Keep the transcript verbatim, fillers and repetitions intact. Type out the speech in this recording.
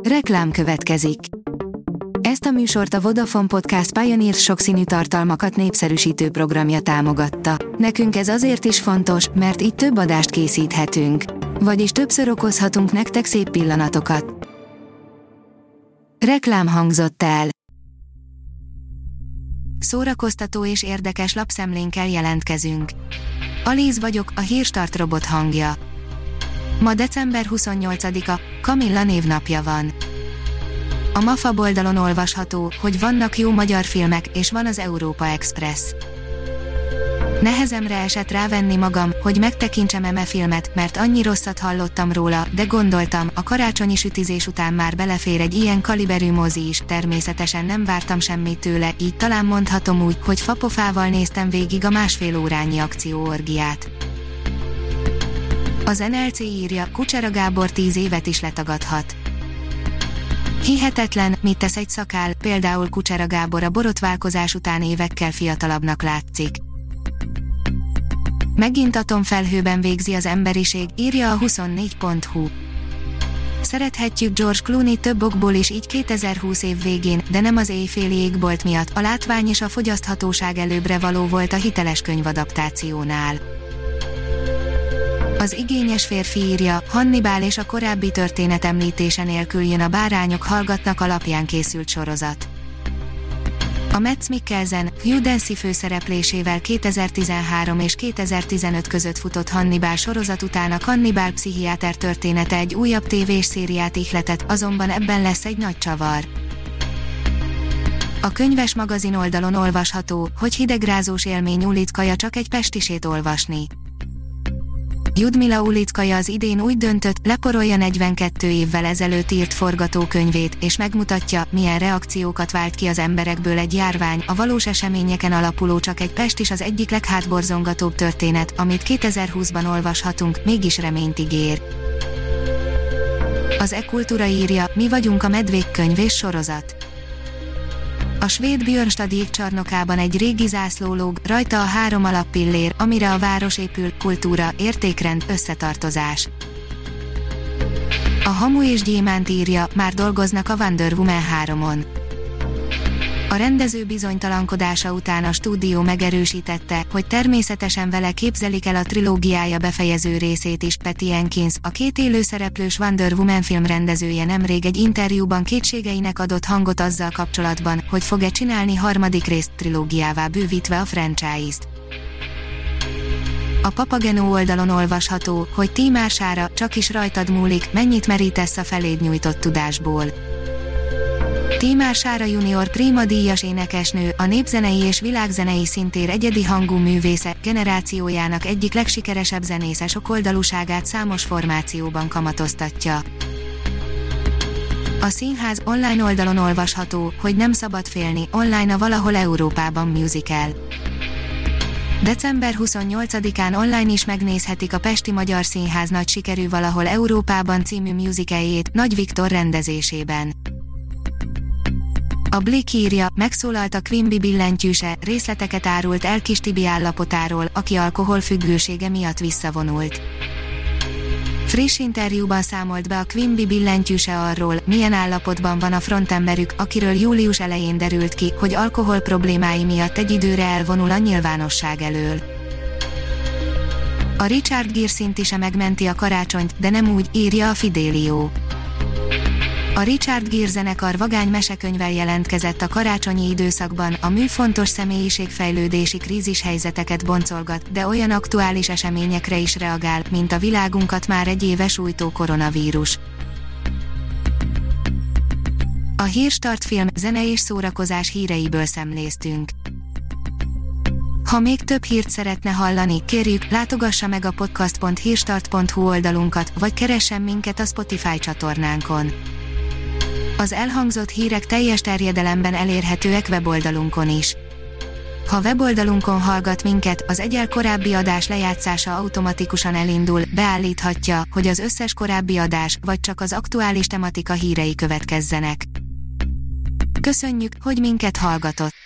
Reklám következik. Ezt a műsort a Vodafone Podcast Pioneer sokszínű tartalmakat népszerűsítő programja támogatta. Nekünk ez azért is fontos, mert így több adást készíthetünk. Vagyis többször okozhatunk nektek szép pillanatokat. Reklám hangzott el. Szórakoztató és érdekes lapszemlénkkel jelentkezünk. Alíz vagyok, a Hírstart robot hangja. Ma december huszonnyolcadika, Kamilla névnapja van. A MAFA oldalon olvasható, hogy vannak jó magyar filmek, és van az Európa Express. Nehezemre esett rávenni magam, hogy megtekintsem eme filmet, mert annyi rosszat hallottam róla, de gondoltam, a karácsonyi sütizés után már belefér egy ilyen kaliberű mozi is, természetesen nem vártam semmit tőle, így talán mondhatom úgy, hogy fapofával néztem végig a másfél órányi akcióorgiát. Az en el cé írja, Kucsera Gábor tíz évet is letagadhat. Hihetetlen, mit tesz egy szakál, például Kucsera Gábor a borotválkozás után évekkel fiatalabbnak látszik. Megint atomfelhőben végzi az emberiség, írja a huszonnégy pont hu. Szerethetjük George Clooney több okból is így kétezer-húsz év végén, de nem az éjféli égbolt miatt, a látvány és a fogyaszthatóság előbbre való volt a hiteles könyvadaptációnál. Az igényes férfi írja, Hannibal és a korábbi történet említése nélkül jön a Bárányok hallgatnak alapján készült sorozat. A Mads Mikkelsen, Hugh Dancy főszereplésével kétezer-tizenhárom és kétezer-tizenöt között futott Hannibal sorozat után a kannibál pszichiáter története egy újabb tévés szériát ihletett, azonban ebben lesz egy nagy csavar. A Könyves magazin oldalon olvasható, hogy hidegrázós élmény Ulickaja csak egy pestisét olvasni. Ljudmila Ulickaja az idén úgy döntött, leporolja negyvenkét évvel ezelőtt írt forgatókönyvét, és megmutatja, milyen reakciókat vált ki az emberekből egy járvány, a valós eseményeken alapuló csak egy pestis az egyik leghátborzongatóbb történet, amit kétezer-húszban olvashatunk, mégis reményt ígér. Az E-Kultúra írja, mi vagyunk a Medvék könyv és sorozat. A svéd Björnstad jégcsarnokában egy régi zászló lóg, rajta a három alappillér, amire a város épül, kultúra, értékrend, összetartozás. A Hamu és Gyémánt írja, már dolgoznak a Wonder Woman háromon. A rendező bizonytalankodása után a stúdió megerősítette, hogy természetesen vele képzelik el a trilógiája befejező részét is. Patty Jenkins, a két élőszereplős Wonder Woman film rendezője nemrég egy interjúban kétségeinek adott hangot azzal kapcsolatban, hogy fog-e csinálni harmadik részt trilógiává bővítve a franchise-t. A Papageno oldalon olvasható, hogy Tímár csak is rajtad múlik, mennyit merítesz a feléd nyújtott tudásból. Tímár Sára junior Prima díjas énekesnő, a népzenei és világzenei szintér egyedi hangú művésze, generációjának egyik legsikeresebb zenésze sokoldalúságát számos formációban kamatoztatja. A Színház online oldalon olvasható, hogy nem szabad félni, online a Valahol Európában musical. december huszonnyolcadikán online is megnézhetik a Pesti Magyar Színház nagy sikerű Valahol Európában című musicaljét, Nagy Viktor rendezésében. A Blick írja, megszólalt a Quimby billentyűse, részleteket árult el Kis Tibi állapotáról, aki alkoholfüggősége miatt visszavonult. Friss interjúban számolt be a Quimby billentyűse arról, milyen állapotban van a frontemberük, akiről július elején derült ki, hogy alkohol problémái miatt egy időre elvonul a nyilvánosság elől. A Richard Gere szinti se megmenti a karácsonyt, de nem úgy, írja a Fidelio. A Richard Gere zenekar vagány mesekönyvvel jelentkezett a karácsonyi időszakban, a mű fontos személyiségfejlődési krízishelyzeteket boncolgat, de olyan aktuális eseményekre is reagál, mint a világunkat már egy éve sújtó koronavírus. A Hírstart film, zene és szórakozás híreiből szemléztünk. Ha még több hírt szeretne hallani, kérjük, látogassa meg a podcast pont hírstart pont hu oldalunkat, vagy keressen minket a Spotify csatornánkon. Az elhangzott hírek teljes terjedelemben elérhetőek weboldalunkon is. Ha weboldalunkon hallgat minket, az egyel korábbi adás lejátszása automatikusan elindul, beállíthatja, hogy az összes korábbi adás, vagy csak az aktuális tematika hírei következzenek. Köszönjük, hogy minket hallgatott!